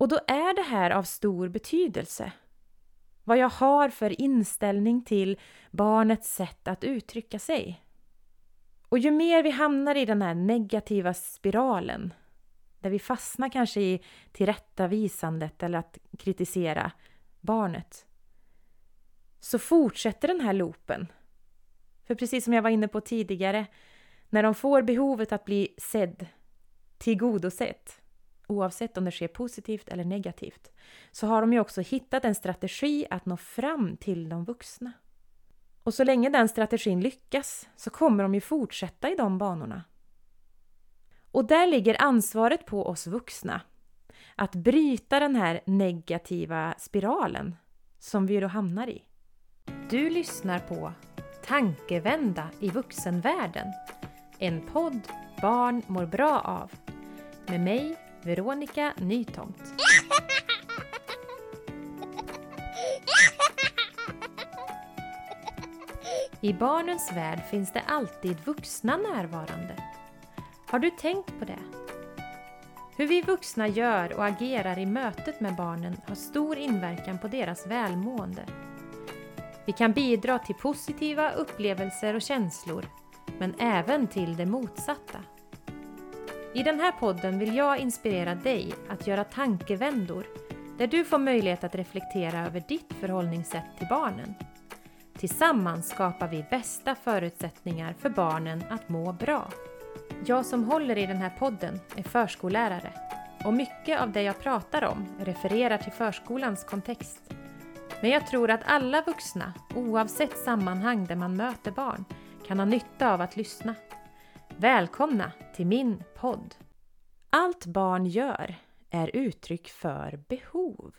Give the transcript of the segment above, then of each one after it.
Och då är det här av stor betydelse. Vad jag har för inställning till barnets sätt att uttrycka sig. Och ju mer vi hamnar i den här negativa spiralen, där vi fastnar kanske i tillrättavisandet eller att kritisera barnet, så fortsätter den här loopen. För precis som jag var inne på tidigare, när de får behovet att bli sedd, tillgodosett, oavsett om det sker positivt eller negativt, så har de ju också hittat en strategi att nå fram till de vuxna. Och så länge den strategin lyckas så kommer de ju fortsätta i de banorna. Och där ligger ansvaret på oss vuxna att bryta den här negativa spiralen som vi då hamnar i. Du lyssnar på Tankevända i vuxenvärlden. En podd barn mår bra av. Med mig, Veronica Nytomt. I barnens värld finns det alltid vuxna närvarande. Har du tänkt på det? Hur vi vuxna gör och agerar i mötet med barnen har stor inverkan på deras välmående. Vi kan bidra till positiva upplevelser och känslor, men även till det motsatta. I den här podden vill jag inspirera dig att göra tankevändor där du får möjlighet att reflektera över ditt förhållningssätt till barnen. Tillsammans skapar vi bästa förutsättningar för barnen att må bra. Jag som håller i den här podden är förskollärare och mycket av det jag pratar om refererar till förskolans kontext. Men jag tror att alla vuxna, oavsett sammanhang där man möter barn, kan ha nytta av att lyssna. Välkomna till min podd. Allt barn gör är uttryck för behov.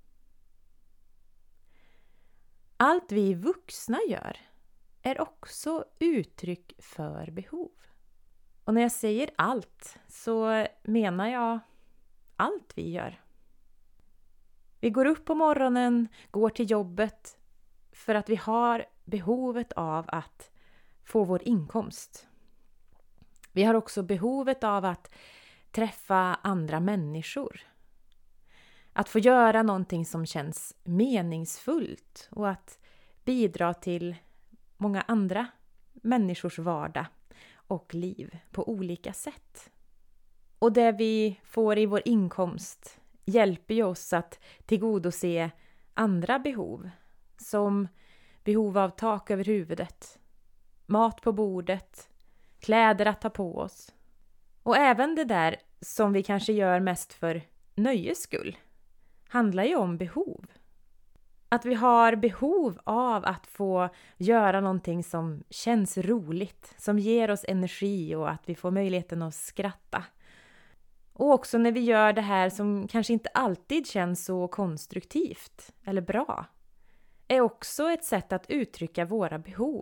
Allt vi vuxna gör är också uttryck för behov. Och när jag säger allt så menar jag allt vi gör. Vi går upp på morgonen, går till jobbet för att vi har behovet av att få vår inkomst. Vi har också behovet av att träffa andra människor. Att få göra någonting som känns meningsfullt och att bidra till många andra människors vardag och liv på olika sätt. Och det vi får i vår inkomst hjälper ju oss att tillgodose andra behov, som behov av tak över huvudet, mat på bordet, kläder att ta på oss. Och även det där som vi kanske gör mest för nöjes skull handlar ju om behov. Att vi har behov av att få göra någonting som känns roligt, som ger oss energi och att vi får möjligheten att skratta. Och också när vi gör det här som kanske inte alltid känns så konstruktivt eller bra, är också ett sätt att uttrycka våra behov.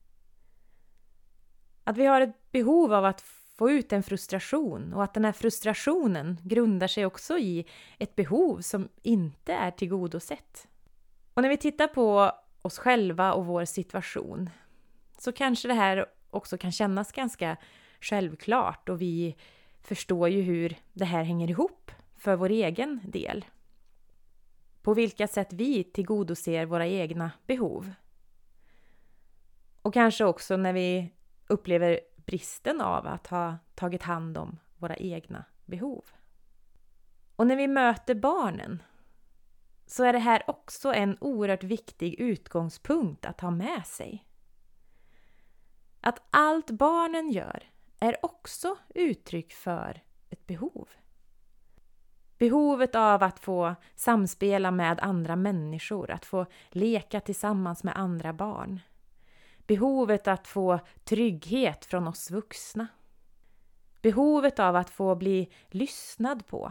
Att vi har ett behov av att få ut en frustration och att den här frustrationen grundar sig också i ett behov som inte är tillgodosett. Och när vi tittar på oss själva och vår situation så kanske det här också kan kännas ganska självklart och vi förstår ju hur det här hänger ihop för vår egen del. På vilka sätt vi tillgodoser våra egna behov. Och kanske också när vi upplever bristen av att ha tagit hand om våra egna behov. Och när vi möter barnen så är det här också en oerhört viktig utgångspunkt att ha med sig. Att allt barnen gör är också uttryck för ett behov. Behovet av att få samspela med andra människor, att få leka tillsammans med andra barn. Behovet att få trygghet från oss vuxna. Behovet av att få bli lyssnad på.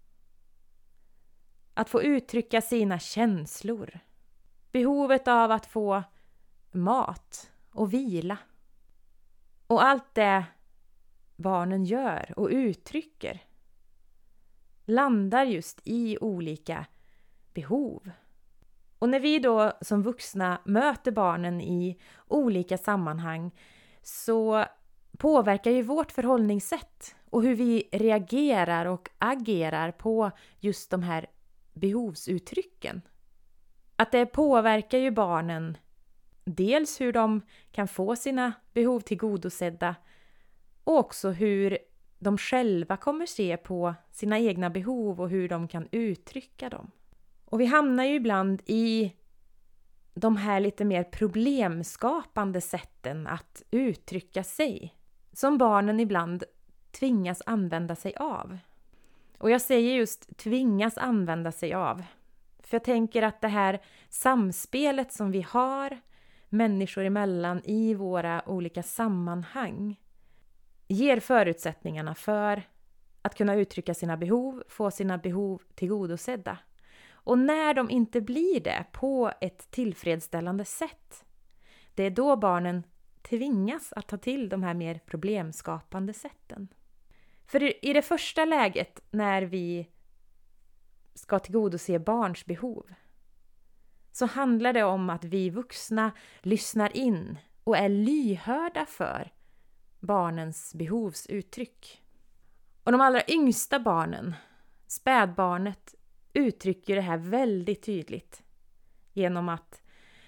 Att få uttrycka sina känslor. Behovet av att få mat och vila. Och allt det barnen gör och uttrycker landar just i olika behov. Och när vi då som vuxna möter barnen i olika sammanhang så påverkar ju vårt förhållningssätt och hur vi reagerar och agerar på just de här behovsuttrycken. Att det påverkar ju barnen dels hur de kan få sina behov tillgodosedda och också hur de själva kommer se på sina egna behov och hur de kan uttrycka dem. Och vi hamnar ju ibland i de här lite mer problemskapande sätten att uttrycka sig som barnen ibland tvingas använda sig av. Och jag säger just tvingas använda sig av. För jag tänker att det här samspelet som vi har människor emellan i våra olika sammanhang ger förutsättningarna för att kunna uttrycka sina behov, få sina behov tillgodosedda. Och när de inte blir det på ett tillfredsställande sätt, det är då barnen tvingas att ta till de här mer problemskapande sätten. För i det första läget när vi ska tillgodose barns behov så handlar det om att vi vuxna lyssnar in och är lyhörda för barnens behovsuttryck. Och de allra yngsta barnen, spädbarnet, uttrycker det här väldigt tydligt genom att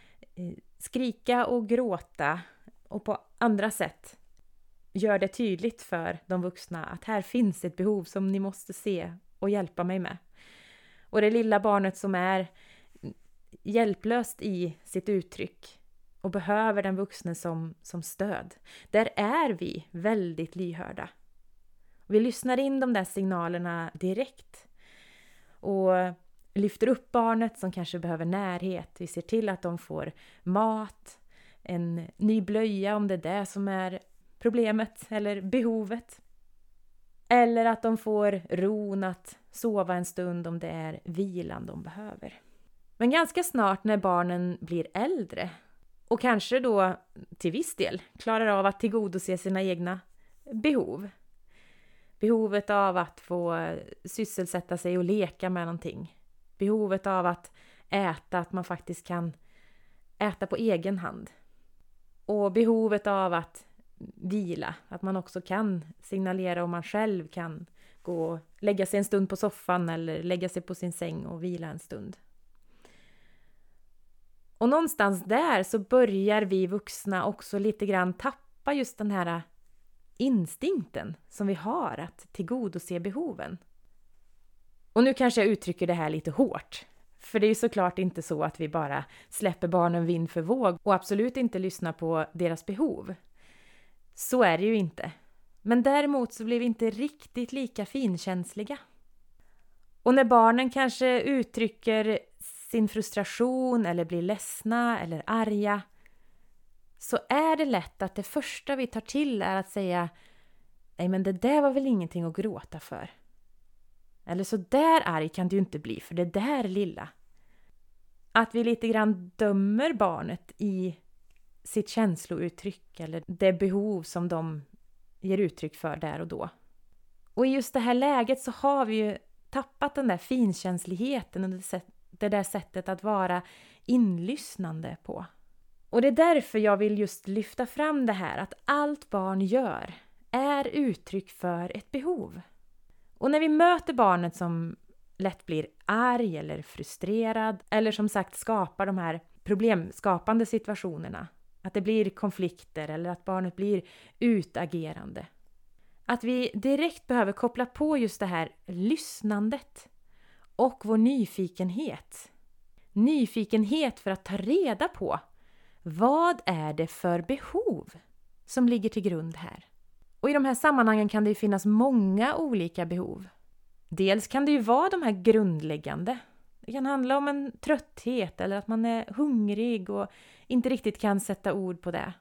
skrika och gråta och på andra sätt gör det tydligt för de vuxna att här finns ett behov som ni måste se och hjälpa mig med. Och det lilla barnet som är hjälplöst i sitt uttryck och behöver den vuxne som stöd, där är vi väldigt lyhörda. Vi lyssnar in de där signalerna direkt och lyfter upp barnet som kanske behöver närhet. Vi ser till att de får mat, en ny blöja om det är det som är problemet eller behovet. Eller att de får ron att sova en stund om det är vilan de behöver. Men ganska snart när barnen blir äldre och kanske då till viss del klarar av att tillgodose sina egna behov. Behovet av att få sysselsätta sig och leka med någonting. Behovet av att äta, att man faktiskt kan äta på egen hand. Och behovet av att vila, att man också kan signalera om man själv kan gå och lägga sig en stund på soffan eller lägga sig på sin säng och vila en stund. Och någonstans där så börjar vi vuxna också lite grann tappa just den här instinkten som vi har att tillgodose behoven. Och nu kanske jag uttrycker det här lite hårt. För det är ju såklart inte så att vi bara släpper barnen vind för våg och absolut inte lyssnar på deras behov. Så är det ju inte. Men däremot så blir vi inte riktigt lika finkänsliga. Och när barnen kanske uttrycker sin frustration eller blir ledsna eller arga, så är det lätt att det första vi tar till är att säga: nej, men det där var väl ingenting att gråta för. Eller så där arg kan du inte bli för det där lilla. Att vi lite grann dömer barnet i sitt känslouttryck eller det behov som de ger uttryck för där och då. Och i just det här läget så har vi ju tappat den där finkänsligheten och det där sättet att vara inlyssnande på. Och det är därför jag vill just lyfta fram det här att allt barn gör är uttryck för ett behov. Och när vi möter barnet som lätt blir arg eller frustrerad eller som sagt skapar de här problemskapande situationerna, att det blir konflikter eller att barnet blir utagerande, att vi direkt behöver koppla på just det här lyssnandet och vår nyfikenhet. Nyfikenhet för att ta reda på vad är det för behov som ligger till grund här. Och i de här sammanhangen kan det ju finnas många olika behov. Dels kan det ju vara de här grundläggande. Det kan handla om en trötthet eller att man är hungrig och inte riktigt kan sätta ord på det.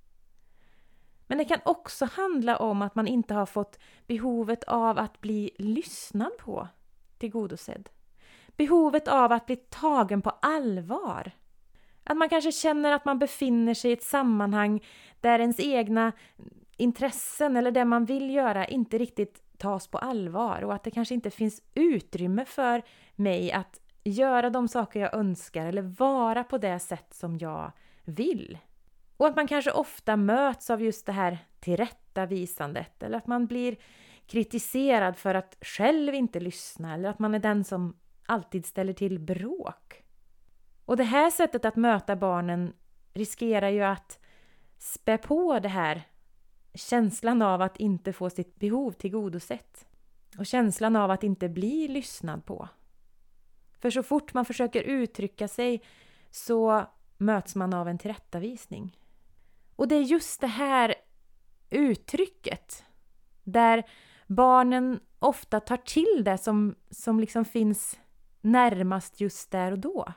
Men det kan också handla om att man inte har fått behovet av att bli lyssnad på tillgodosedd. Behovet av att bli tagen på allvar. Att man kanske känner att man befinner sig i ett sammanhang där ens egna intressen eller det man vill göra inte riktigt tas på allvar och att det kanske inte finns utrymme för mig att göra de saker jag önskar eller vara på det sätt som jag vill. Och att man kanske ofta möts av just det här tillrättavisandet eller att man blir kritiserad för att själv inte lyssna eller att man är den som alltid ställer till bråk. Och det här sättet att möta barnen riskerar ju att spä på det här känslan av att inte få sitt behov tillgodosett och känslan av att inte bli lyssnad på. För så fort man försöker uttrycka sig så möts man av en tillrättavisning. Och det är just det här uttrycket där barnen ofta tar till det som liksom finns närmast just där och då.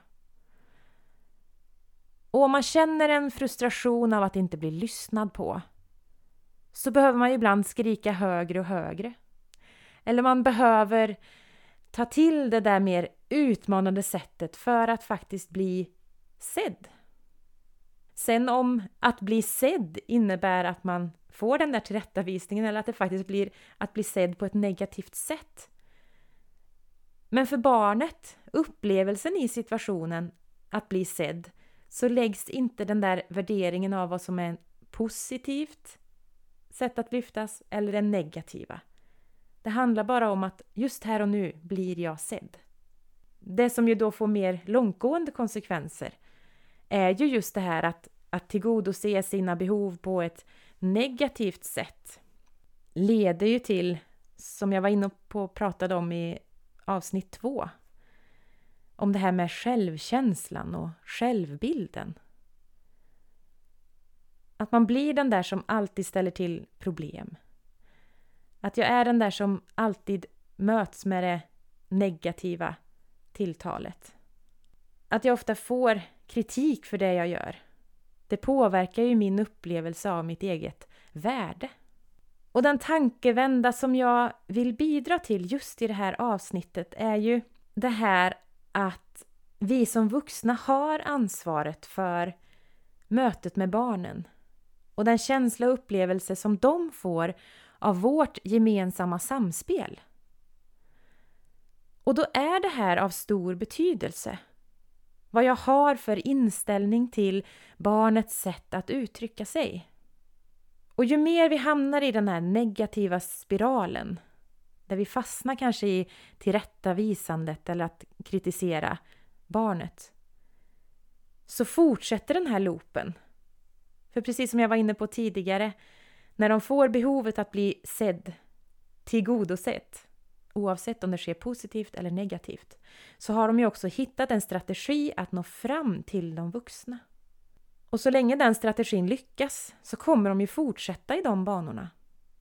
Och om man känner en frustration av att inte bli lyssnad på så behöver man ibland skrika högre och högre. Eller man behöver ta till det där mer utmanande sättet för att faktiskt bli sedd. Sen om att bli sedd innebär att man får den där tillrättavisningen eller att det faktiskt blir att bli sedd på ett negativt sätt. Men för barnet, upplevelsen i situationen att bli sedd, så läggs inte den där värderingen av vad som är en positivt sätt att lyftas eller en negativa. Det handlar bara om att just här och nu blir jag sedd. Det som ju då får mer långtgående konsekvenser är ju just det här att tillgodose sina behov på ett negativt sätt leder ju till, som jag var inne på och pratade om i avsnitt 2, om det här med självkänslan och självbilden. Att man blir den där som alltid ställer till problem. Att jag är den där som alltid möts med det negativa tilltalet. Att jag ofta får kritik för det jag gör. Det påverkar ju min upplevelse av mitt eget värde. Och den tankevända som jag vill bidra till just i det här avsnittet är ju det här att vi som vuxna har ansvaret för mötet med barnen. Och den känsla och upplevelse som de får av vårt gemensamma samspel. Och då är det här av stor betydelse. Vad jag har för inställning till barnets sätt att uttrycka sig. Och ju mer vi hamnar i den här negativa spiralen, där vi fastnar kanske i tillrättavisandet eller att kritisera barnet, så fortsätter den här loopen. För precis som jag var inne på tidigare, när de får behovet att bli sedd, tillgodosett, oavsett om det sker positivt eller negativt, så har de ju också hittat en strategi att nå fram till de vuxna. Och så länge den strategin lyckas så kommer de ju fortsätta i de banorna.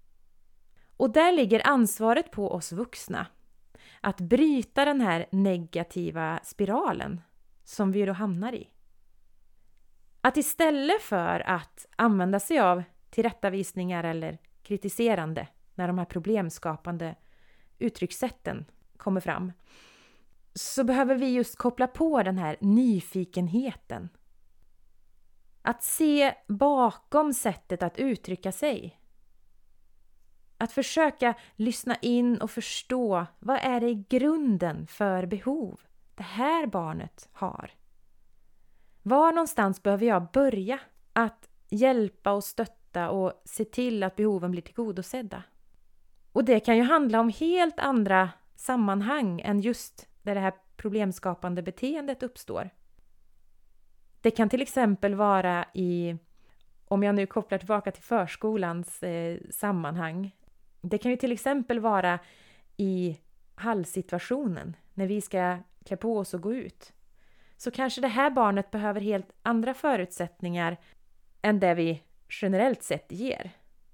Och där ligger ansvaret på oss vuxna att bryta den här negativa spiralen som vi då hamnar i. Att istället för att använda sig av tillrättavisningar eller kritiserande när de här problemskapande uttryckssätten kommer fram, så behöver vi just koppla på den här nyfikenheten. Att se bakom sättet att uttrycka sig. Att försöka lyssna in och förstå vad är det i grunden för behov det här barnet har. Var någonstans behöver jag börja att hjälpa och stötta och se till att behoven blir tillgodosedda. Och det kan ju handla om helt andra sammanhang än just där det här problemskapande beteendet uppstår. Det kan till exempel vara om jag nu kopplar tillbaka till förskolans sammanhang. Det kan ju till exempel vara i hallsituationen när vi ska klä på oss och gå ut. Så kanske det här barnet behöver helt andra förutsättningar än det vi generellt sett ger.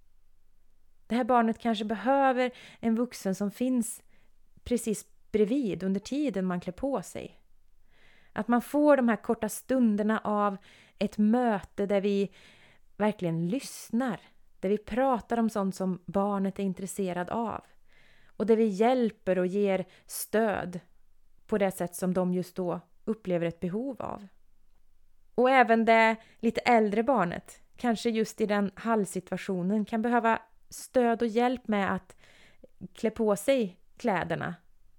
Det här barnet kanske behöver en vuxen som finns precis bredvid under tiden man klär på sig. Att man får de här korta stunderna av ett möte där vi verkligen lyssnar. Där vi pratar om sånt som barnet är intresserad av. Och där vi hjälper och ger stöd på det sätt som de just då upplever ett behov av. Och även det lite äldre barnet, kanske just i den hallsituationen, kan behöva stöd och hjälp med att klä på sig kläderna.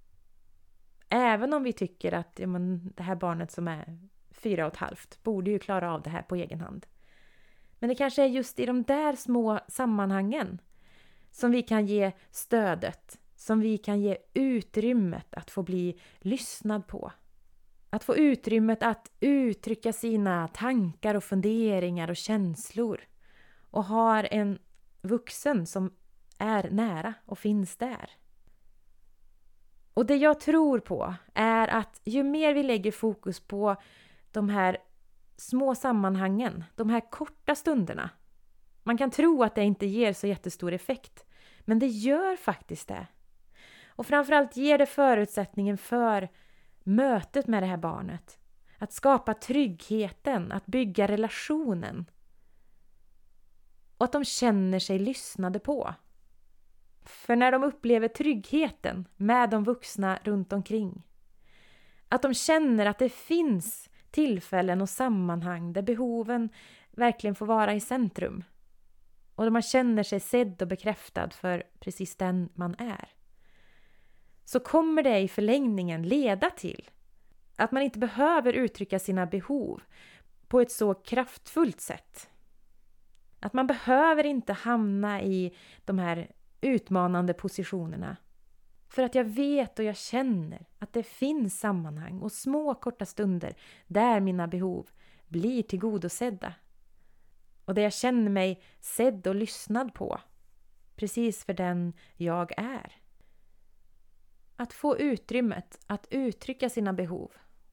Även om vi tycker att det här barnet som är 4,5 borde ju klara av det här på egen hand. Men det kanske är just i de där små sammanhangen som vi kan ge stödet, som vi kan ge utrymmet att få bli lyssnad på. Att få utrymmet att uttrycka sina tankar och funderingar och känslor. Och har en vuxen som är nära och finns där. Och det jag tror på är att ju mer vi lägger fokus på de här små sammanhangen, de här korta stunderna. Man kan tro att det inte ger så jättestor effekt, men det gör faktiskt det. Och framförallt ger det förutsättningen för mötet med det här barnet. Att skapa tryggheten, att bygga relationen. Och att de känner sig lyssnade på. För när de upplever tryggheten med de vuxna runt omkring. Att de känner att det finns tillfällen och sammanhang där behoven verkligen får vara i centrum. Och där man känner sig sedd och bekräftad för precis den man är. Så kommer det i förlängningen leda till att man inte behöver uttrycka sina behov på ett så kraftfullt sätt. Att man behöver inte hamna i de här utmanande positionerna. För att jag vet och jag känner att det finns sammanhang och små korta stunder där mina behov blir tillgodosedda. Och där jag känner mig sedd och lyssnad på. Precis för den jag är. Att få utrymmet att uttrycka sina behov.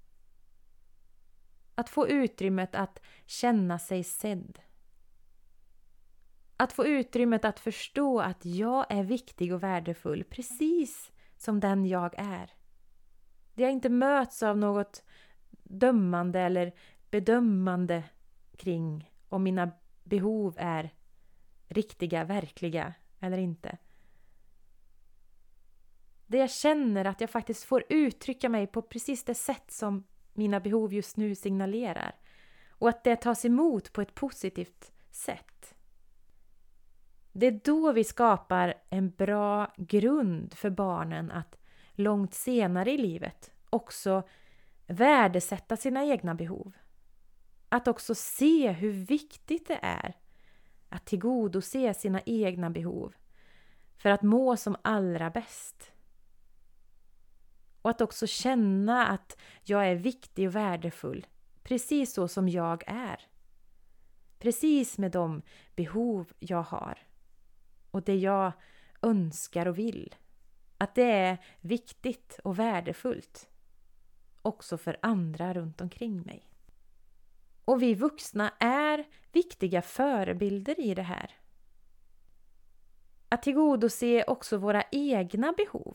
Att få utrymmet att känna sig sedd. Att få utrymmet att förstå att jag är viktig och värdefull precis som den jag är. Det jag inte möts av något dömande eller bedömande kring om mina behov är riktiga, verkliga eller inte. Det jag känner att jag faktiskt får uttrycka mig på precis det sätt som mina behov just nu signalerar. Och att det tas emot på ett positivt sätt. Det är då vi skapar en bra grund för barnen att långt senare i livet också värdesätta sina egna behov. Att också se hur viktigt det är att tillgodose sina egna behov för att må som allra bäst. Och att också känna att jag är viktig och värdefull precis så som jag är. Precis med de behov jag har. Och det jag önskar och vill. Att det är viktigt och värdefullt. Också för andra runt omkring mig. Och vi vuxna är viktiga förebilder i det här. Att tillgodose också våra egna behov.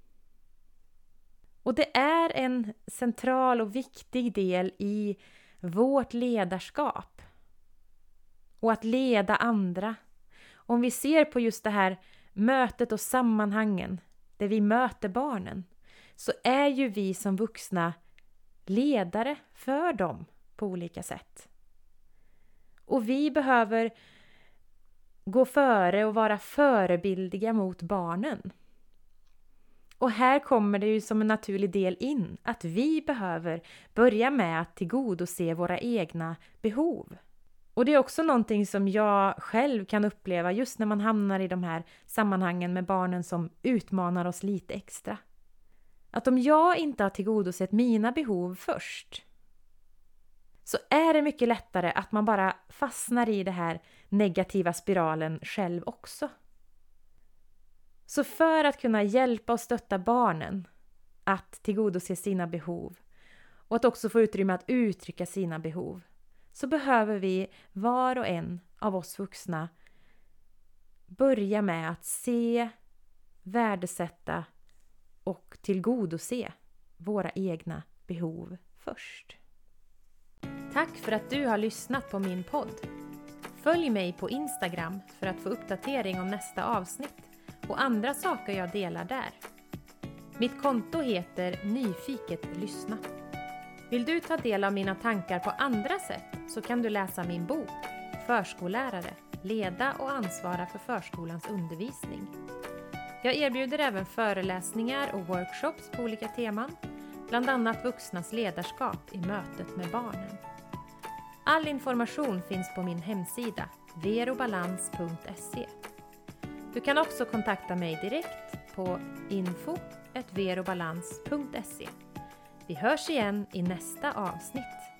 Och det är en central och viktig del i vårt ledarskap. Och att leda andra. Om vi ser på just det här mötet och sammanhangen där vi möter barnen, så är ju vi som vuxna ledare för dem på olika sätt. Och vi behöver gå före och vara förebildiga mot barnen. Och här kommer det ju som en naturlig del in att vi behöver börja med att tillgodose våra egna behov. Och det är också någonting som jag själv kan uppleva just när man hamnar i de här sammanhangen med barnen som utmanar oss lite extra. Att om jag inte har tillgodosett mina behov först, så är det mycket lättare att man bara fastnar i det här negativa spiralen själv också. Så för att kunna hjälpa och stötta barnen att tillgodose sina behov och att också få utrymme att uttrycka sina behov, så behöver vi var och en av oss vuxna börja med att se, värdesätta och tillgodose våra egna behov först. Tack för att du har lyssnat på min podd. Följ mig på Instagram för att få uppdatering om nästa avsnitt och andra saker jag delar där. Mitt konto heter Nyfiket lyssna. Vill du ta del av mina tankar på andra sätt så kan du läsa min bok Förskollärare, leda och ansvara för förskolans undervisning. Jag erbjuder även föreläsningar och workshops på olika teman, bland annat vuxnas ledarskap i mötet med barnen. All information finns på min hemsida verobalans.se. Du kan också kontakta mig direkt på info@verobalans.se. Vi hörs igen i nästa avsnitt.